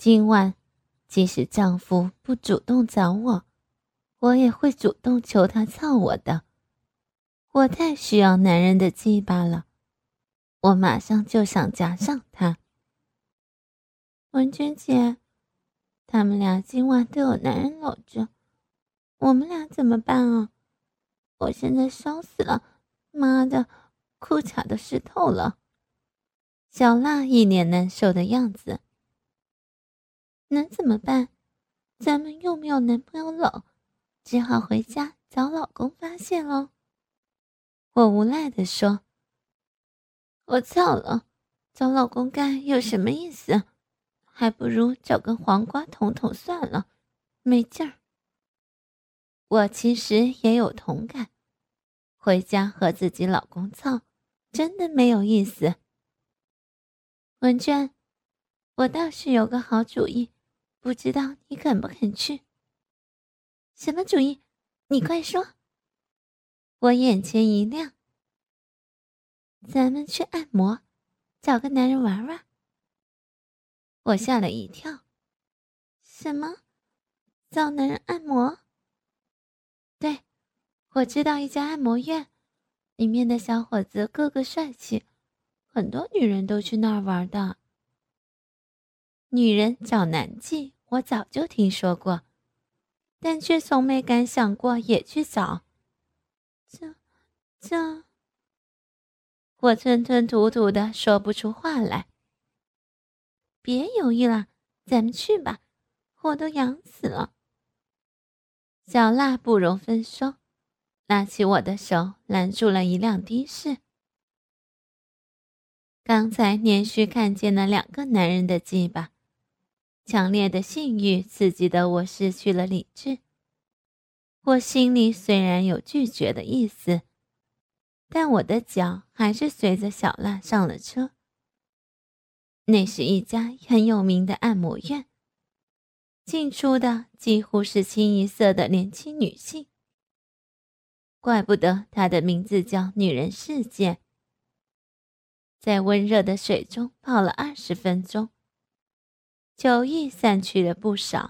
今晚即使丈夫不主动找我，我也会主动求他操我的。我太需要男人的鸡巴了，我马上就想夹上他。文娟姐，他们俩今晚都有男人搂着，我们俩怎么办啊？我现在烧死了，妈的，裤衩都湿透了。小辣一脸难受的样子。能怎么办？咱们又没有男朋友搂，只好回家找老公发泄咯。我无奈地说，我操了，找老公干有什么意思？还不如找根黄瓜捅捅算了，没劲儿。我其实也有同感，回家和自己老公操，真的没有意思。文娟，我倒是有个好主意，不知道你肯不肯去？什么主意？你快说。我眼前一亮。咱们去按摩，找个男人玩玩。我吓了一跳。什么？找男人按摩？对，我知道一家按摩院，里面的小伙子个个帅气，很多女人都去那儿玩的。女人找男妓，我早就听说过，但却从没敢想过也去找。这……我吞吞吐吐的说不出话来。别犹豫了，咱们去吧，我都痒死了。小辣不容分说，拉起我的手拦住了一辆的士。刚才连续看见了2个男人的鸡巴，强烈的性欲刺激得我失去了理智。我心里虽然有拒绝的意思，但我的脚还是随着小辣上了车。那是一家很有名的按摩院，进出的几乎是清一色的年轻女性。怪不得它的名字叫女人世界。在温热的水中泡了20分钟，酒意散去了不少，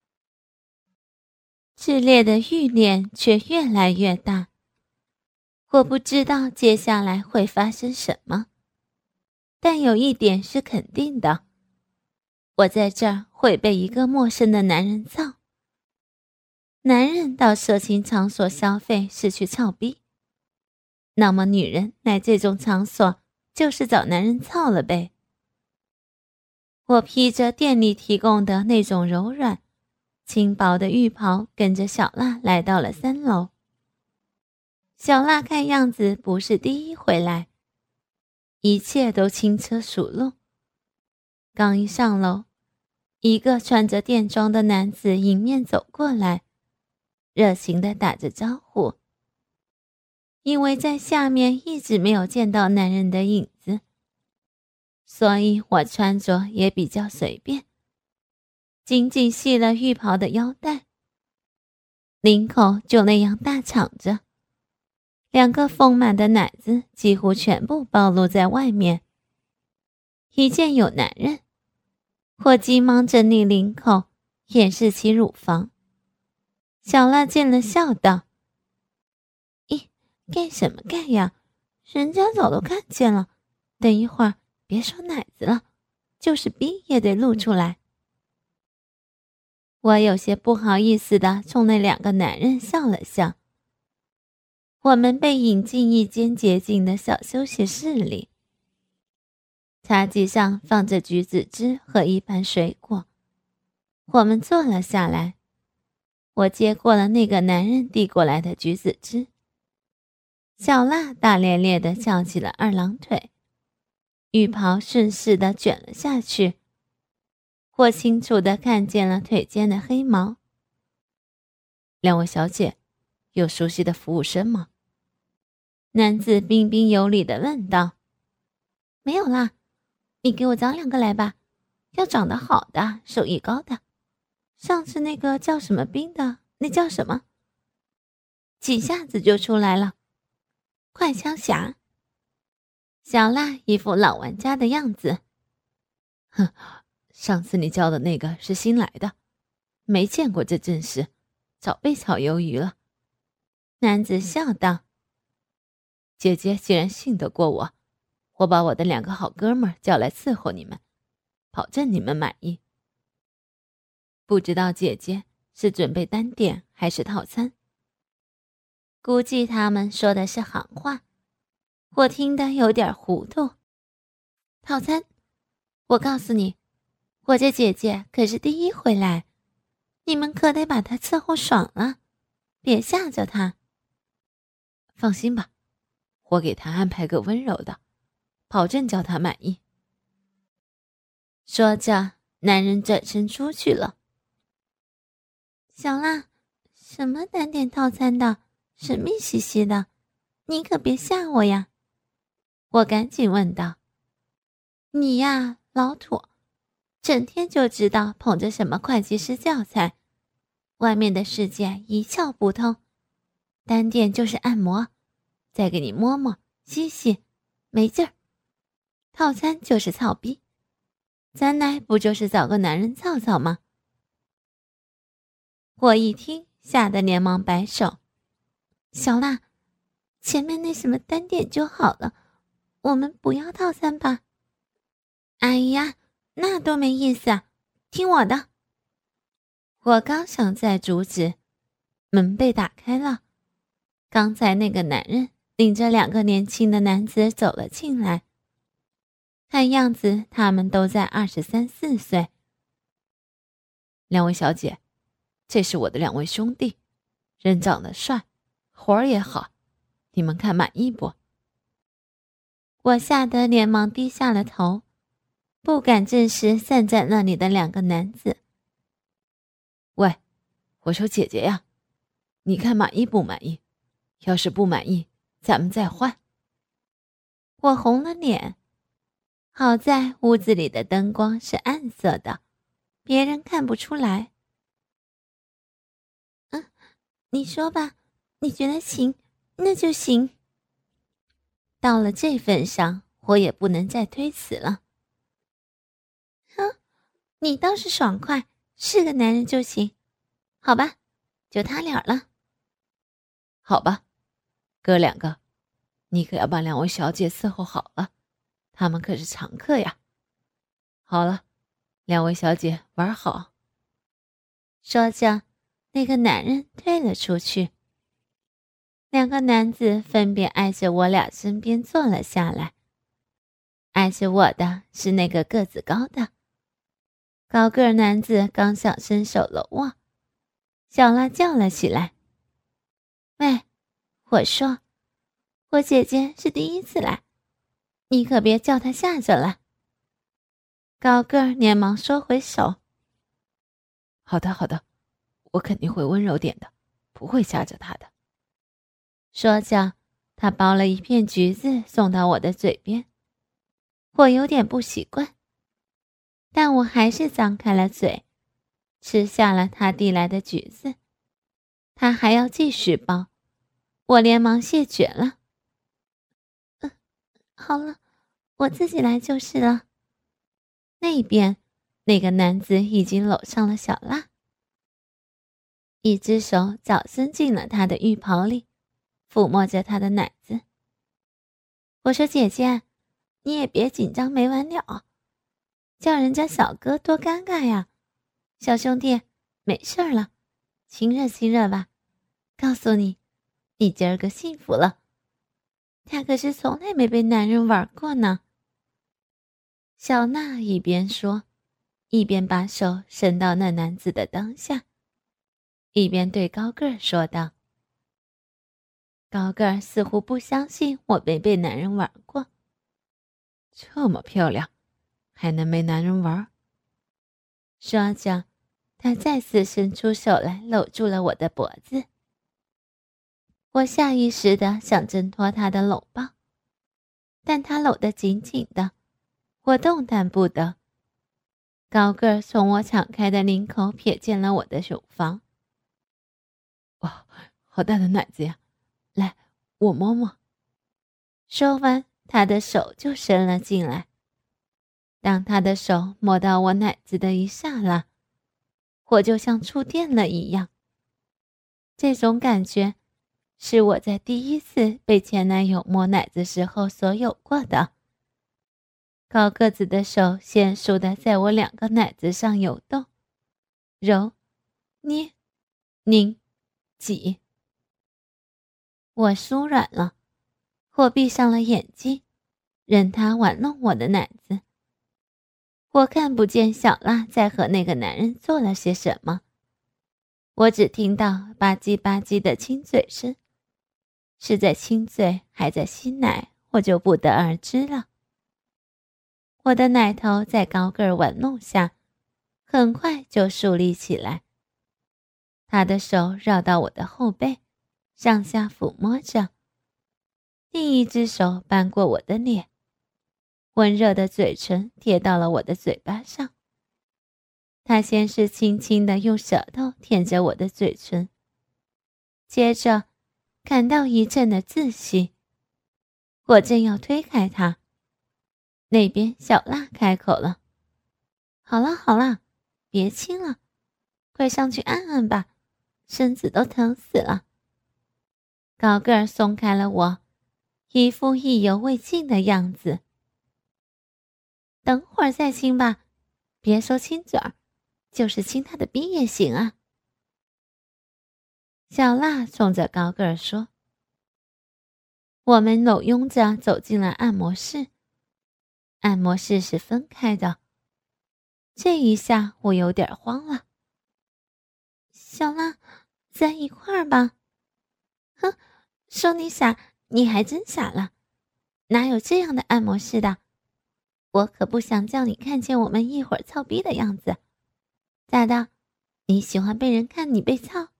炽烈的欲念却越来越大。我不知道接下来会发生什么，但有一点是肯定的，我在这儿会被一个陌生的男人操。男人到色情场所消费是去操逼，那么女人来这种场所就是找男人操了呗。我披着店里提供的那种柔软轻薄的浴袍，跟着小辣来到了3楼。小辣看样子不是第一回来，一切都轻车熟路。刚一上楼，一个穿着电装的男子迎面走过来，热情地打着招呼。因为在下面一直没有见到男人的影子，所以我穿着也比较随便，紧紧系了浴袍的腰带，领口就那样大敞着，2个丰满的奶子几乎全部暴露在外面。一见有男人，我急忙整理领口，掩饰其乳房。小辣见了笑道，咦，干什么干呀？人家早都看见了，等一会儿别说奶子了，就是逼也得露出来。我有些不好意思地冲那2个男人笑了笑。我们被引进一间洁净的小休息室里，茶几上放着橘子汁和一盘水果。我们坐了下来，我接过了那个男人递过来的橘子汁。小辣大咧咧地翘起了2郎腿，浴袍顺势地卷了下去。我清楚地看见了腿间的黑毛。2位小姐，有熟悉的服务生吗？男子彬彬有礼地问道。没有啦，你给我找2个来吧，要长得好的，手艺高的。上次那个叫什么兵的，那叫什么？几下子就出来了。快枪侠。小辣一副老玩家的样子。哼， 上次你叫的那个是新来的，没见过这阵势，早被炒鱿鱼了。 男子笑道： 姐姐既然信得过我，我把我的2个好哥们儿叫来伺候你们，保证你们满意。不知道姐姐是准备单点还是套餐？ 估计他们说的是行话，我听得有点糊涂。套餐，我告诉你，我这姐姐可是第一回来，你们可得把她伺候爽了，别吓着她。 放心吧，我给她安排个温柔的，保证叫她满意。 说着，男人转身出去了。小辣，什么单点套餐的，神秘兮兮的，你可别吓我呀！我赶紧问道。你呀，老土，整天就知道捧着什么会计师教材，外面的世界一窍不通。单点就是按摩，再给你摸摸吸吸，没劲儿。套餐就是操逼，咱来不就是找个男人操操吗？我一听，吓得连忙摆手。小辣，前面那什么单点就好了，我们不要套餐吧。哎呀，那多没意思啊，听我的。我刚想再阻止，门被打开了，刚才那个男人领着2个年轻的男子走了进来，看样子他们都在23、24岁。 2位小姐，这是我的2位兄弟，人长得帅，活儿也好，你们看满意不？ 我吓得连忙低下了头，不敢正视站在那里的2个男子。 喂，我说姐姐呀，你看满意不满意？要是不满意，咱们再换。 我红了脸，好在屋子里的灯光是暗色的，别人看不出来。你说吧，你觉得行，那就行。到了这份上，我也不能再推辞了。哼，你倒是爽快，是个男人就行。好吧，就他俩了。 好吧，哥2个，你可要把2位小姐伺候好了，他们可是常客呀。好了，2位小姐玩好。 说着，那个男人退了出去。2个男子分别挨着我俩身边坐了下来，挨着我的是那个个子高的高个男子，刚想伸手搂我，小辣叫了起来：喂，我说，我姐姐是第一次来，你可别叫她吓着了。高个连忙收回手。 好的好的，我肯定会温柔点的，不会吓着她的。 说着，他剥了一片橘子送到我的嘴边。我有点不习惯，但我还是张开了嘴，吃下了他递来的橘子。他还要继续剥，我连忙谢绝了。好了，我自己来就是了。那边，那个男子已经搂上了小辣，一只手早伸进了他的浴袍里，抚摸着她的奶子。我说姐姐，你也别紧张没完了，叫人家小哥多尴尬呀。小兄弟，没事了，亲热亲热吧。告诉你，你今儿个幸福了。他可是从来没被男人玩过呢。小娜一边说，一边把手伸到那男子的裆下，一边对高个儿说道。高个儿似乎不相信我没被男人玩过。 这么漂亮，还能没男人玩？ 说着，他再次伸出手来搂住了我的脖子。我下意识地想挣脱他的搂抱，但他搂得紧紧的，我动弹不得。高个儿从我敞开的领口瞥见了我的乳房。 哇，好大的奶子呀！来，我摸摸。 说完，他的手就伸了进来。 当他的手摸到我奶子的一刹那，我就像触电了一样。这种感觉是我在第一次被前男友摸奶子时候所有过的。高个子的手娴熟地在我2个奶子上游动，揉、捏、拧、挤。我酥软了，我闭上了眼睛，任他玩弄我的奶子。我看不见小辣在和那个男人做了些什么，我只听到吧唧吧唧的亲嘴声，是在亲嘴还在吸奶，我就不得而知了。我的奶头在高个儿玩弄下，很快就竖立起来。他的手绕到我的后背，上下抚摸着，另一只手扳过我的脸，温热的嘴唇贴到了我的嘴巴上。他先是轻轻地用舌头舔着我的嘴唇，接着感到一阵的窒息。我正要推开他，那边小辣开口了：“好了好了，别亲了，快上去按按吧，身子都疼死了。”高个儿松开了我，一副意犹未尽的样子。“等会儿再亲吧，别说亲嘴儿，就是亲他的逼也行啊。”小辣冲着高个儿说。我们搂拥着走进了按摩室。按摩室是分开的，这一下我有点慌了。“小辣，在一块儿吧。”“哼，说你傻，你还真傻了，哪有这样的按摩室的？我可不想叫你看见我们一会儿操逼的样子。咋的，你喜欢被人看你被操？”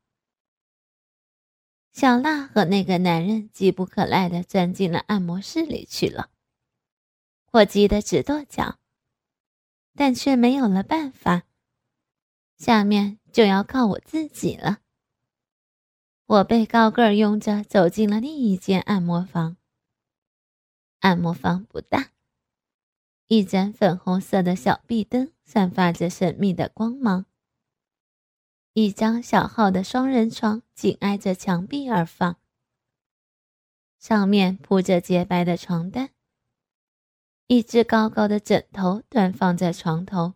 小辣和那个男人急不可耐地钻进了按摩室里去了。我急得直跺脚，但却没有了办法，下面就要靠我自己了。我被高个儿拥着走进了另一间按摩房。按摩房不大，一盏粉红色的小壁灯散发着神秘的光芒。一张小号的双人床紧挨着墙壁而放，上面铺着洁白的床单，一只高高的枕头端放在床头，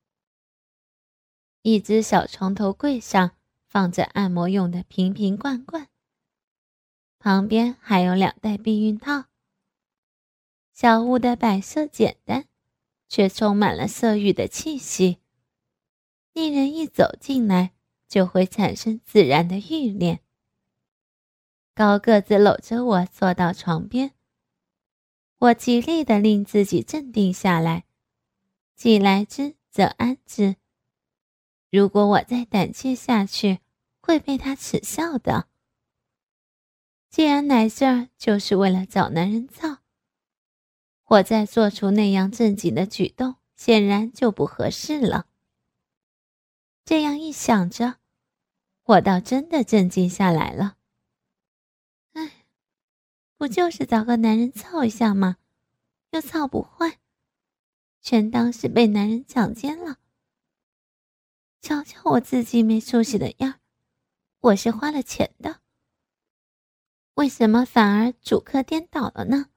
一只小床头柜上放着按摩用的瓶瓶罐罐，旁边还有2袋避孕套。小屋的摆设简单，却充满了色欲的气息，令人一走进来就会产生自然的欲恋。高个子搂着我坐到床边，我极力地令自己镇定下来，既来之则安之。如果我再胆怯下去，会被他耻笑的。既然来这儿就是为了找男人操，我再做出那样正经的举动，显然就不合适了。这样一想着，我倒真的镇静下来了。哎，不就是找个男人操一下吗？又操不坏，全当是被男人强奸了。瞧瞧我自己没出息的样儿，我是花了钱的，为什么反而主客颠倒了呢？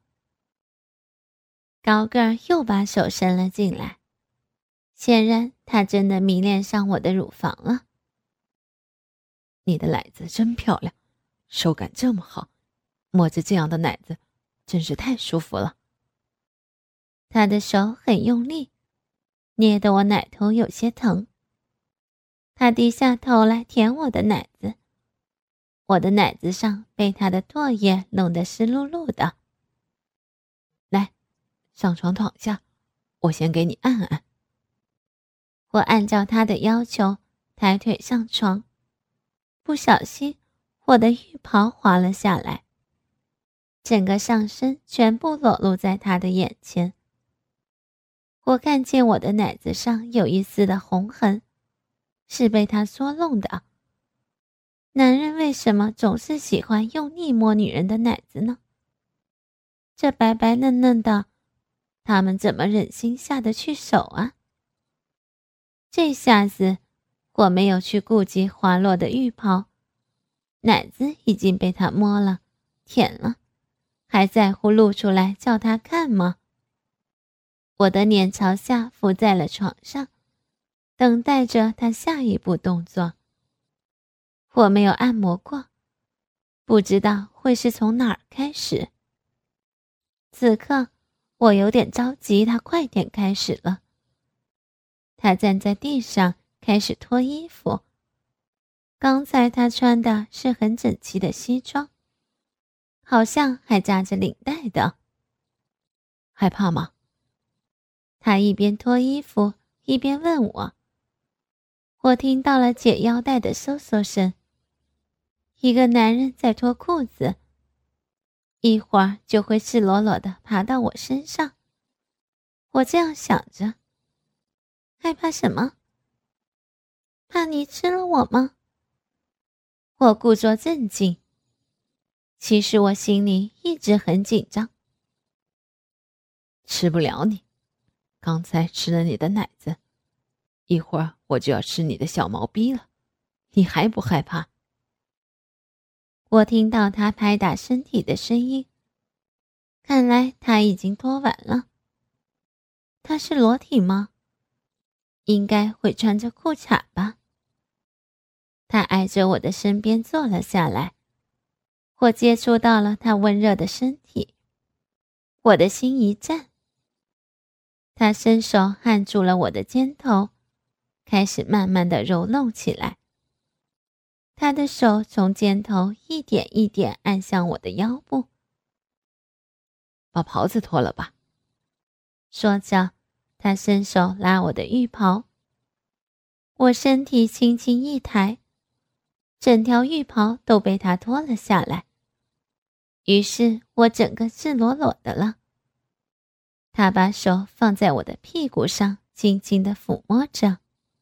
高个儿又把手伸了进来，显然他真的迷恋上我的乳房了。“你的奶子真漂亮，手感这么好，摸着这样的奶子真是太舒服了。”他的手很用力，捏得我奶头有些疼。他低下头来舔我的奶子，我的奶子上被他的唾液弄得湿漉漉的。“来，上床躺下，我先给你按按。”我按照他的要求抬腿上床，不小心我的浴袍滑了下来，整个上身全部裸露在他的眼前。我看见我的奶子上有一丝的红痕，是被他捉弄的。男人为什么总是喜欢用力摸女人的奶子呢？这白白嫩嫩的， 他们怎么忍心下得去手啊？这下子我没有去顾及滑落的浴袍，奶子已经被他摸了舔了，还在乎露出来叫他看吗？我的脸朝下伏在了床上，等待着他下一步动作。我没有按摩过，不知道会是从哪儿开始。此刻我有点着急他快点开始了。他站在地上开始脱衣服，刚才他穿的是很整齐的西装，好像还扎着领带的。害怕吗？他一边脱衣服一边问我。我听到了解腰带的嗖嗖声，一个男人在脱裤子，一会儿就会赤裸裸地爬到我身上。我这样想着。害怕什么？怕你吃了我吗？我故作镇静，其实我心里一直很紧张。 吃不了你，刚才吃了你的奶子，一会儿我就要吃你的小毛逼了，你还不害怕？ 我听到他拍打身体的声音，看来他已经脱完了。他是裸体吗？应该会穿着裤衩吧。他挨着我的身边坐了下来，我接触到了他温热的身体，我的心一颤。他伸手按住了我的肩头，开始慢慢地揉弄起来。他的手从肩头一点一点按向我的腰部。 把袍子脱了吧。 说着，他伸手拉我的浴袍。我身体轻轻一抬，整条浴袍都被他脱了下来，于是我整个赤裸裸的了。他把手放在我的屁股上，轻轻地抚摸着。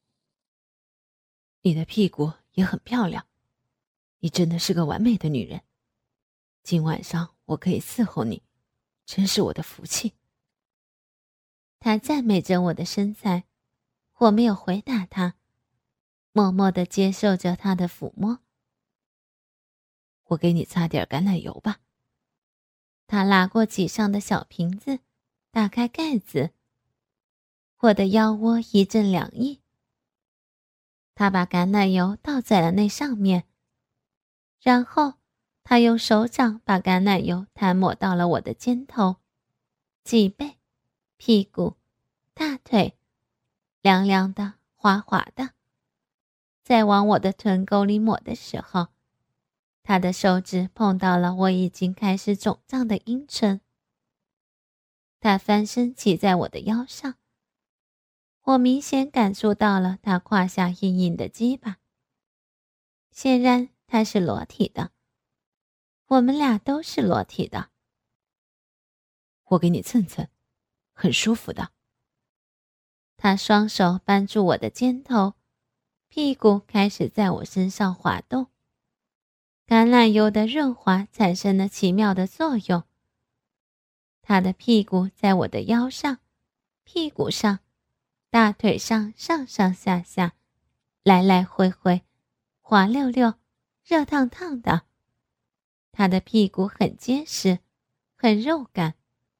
你的屁股也很漂亮，你真的是个完美的女人。今晚上我可以伺候你，真是我的福气。 他赞美着我的身材，我没有回答他，默默地接受着他的抚摸。 我给你擦点橄榄油吧。 他拿过几上的小瓶子，打开盖子。我的腰窝一阵凉意。他把橄榄油倒在了那上面，然后他用手掌把橄榄油弹抹到了我的肩头、脊背、屁股、大腿，凉凉的，滑滑的。在往我的臀沟里抹的时候，他的手指碰到了我已经开始肿胀的阴唇。他翻身骑在我的腰上，我明显感受到了他胯下硬硬的鸡巴。显然他是裸体的，我们俩都是裸体的。 我给你蹭蹭，很舒服的。 他双手扳住我的肩头，屁股开始在我身上滑动。橄榄油的润滑产生了奇妙的作用。他的屁股在我的腰上、屁股上、大腿上上上下下，来来回回，滑溜溜，热烫烫的。他的屁股很结实，很肉感。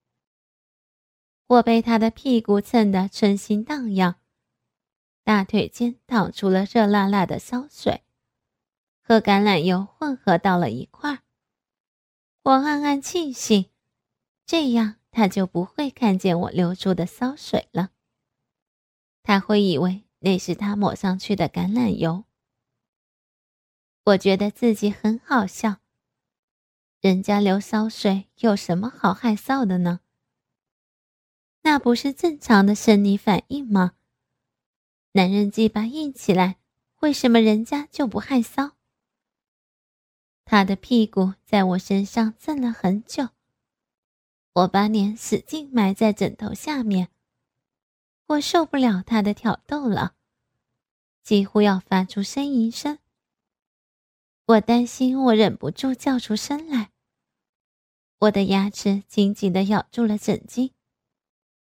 我被他的屁股蹭得春心荡漾，大腿间淌出了热辣辣的骚水，和橄榄油混合到了一块儿。我暗暗庆幸，这样他就不会看见我流出的骚水了。他会以为那是他抹上去的橄榄油。我觉得自己很好笑，人家流骚水有什么好害臊的呢？那不是正常的生理反应吗？男人鸡巴硬起来，为什么人家就不害臊？他的屁股在我身上蹭了很久，我把脸使劲埋在枕头下面。我受不了他的挑逗了，几乎要发出呻吟声。我担心我忍不住叫出声来，我的牙齿紧紧地咬住了枕巾。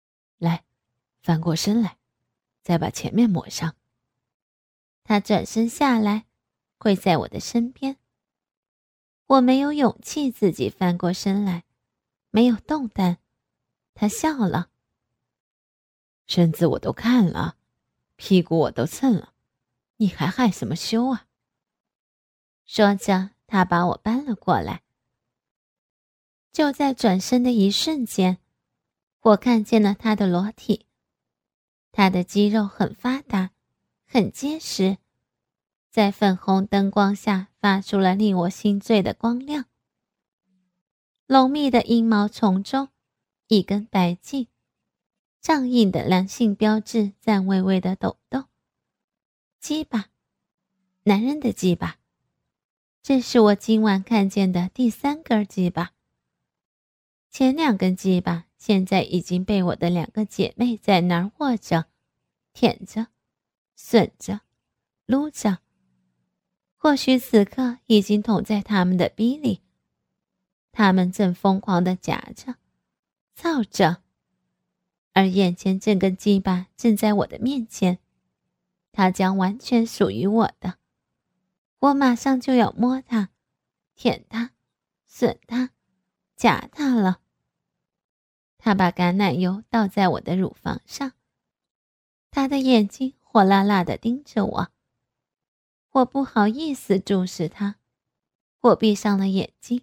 翻过身来，再把前面抹上。 他转身下来，跪在我的身边。我没有勇气自己翻过身来，没有动弹。他笑了。 身子我都看了，屁股我都蹭了，你还害什么羞啊？ 说着，他把我搬了过来。就在转身的一瞬间，我看见了他的裸体。他的肌肉很发达，很结实，在粉红灯光下发出了令我心醉的光亮。浓密的阴毛丛中，一根白茎，仗硬的男性标志在微微的抖动。鸡巴，男人的鸡巴，这是我今晚看见的第3根鸡巴。前2根鸡巴现在已经被我的2个姐妹在那儿握着、舔着、吮着、撸着，或许此刻已经捅在他们的逼里，他们正疯狂地夹着、操着，而眼前这根鸡巴正在我的面前，它将完全属于我的。我马上就要摸它、舔它、吮它、夹它了。他把橄榄油倒在我的乳房上，他的眼睛火辣辣地盯着我。我不好意思注视他，我闭上了眼睛。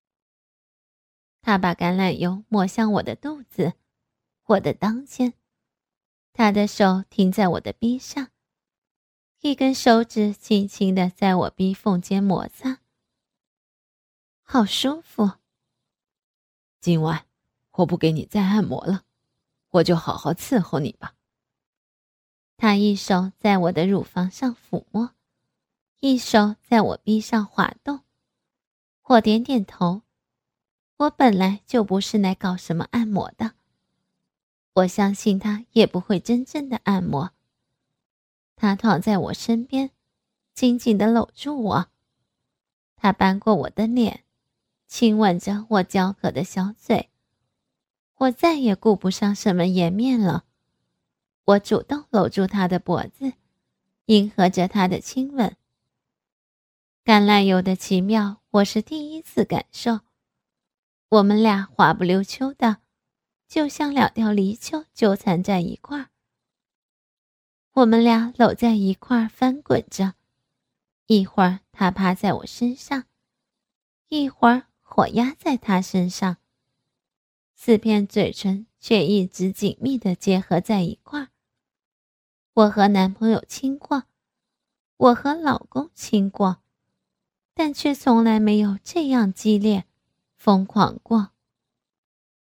他把橄榄油抹向我的肚子，我的裆间，他的手停在我的逼上，一根手指轻轻地在我逼缝间摩擦，好舒服。 今晚我不给你再按摩了，我就好好伺候你吧。 他一手在我的乳房上抚摸，一手在我逼上滑动。我点点头，我本来就不是来搞什么按摩的，我相信他也不会真正的按摩。他躺在我身边，紧紧地搂住我，他扳过我的脸，亲吻着我焦渴的小嘴。我再也顾不上什么颜面了，我主动搂住他的脖子，迎合着他的亲吻。橄榄油的奇妙，我是第一次感受。我们俩滑不溜秋的，就像2条泥鳅纠缠在一块儿。我们俩搂在一块儿翻滚着，一会儿他趴在我身上，一会儿我压在他身上。4片嘴唇却一直紧密地结合在一块儿。我和男朋友亲过，我和老公亲过，但却从来没有这样激烈、疯狂过。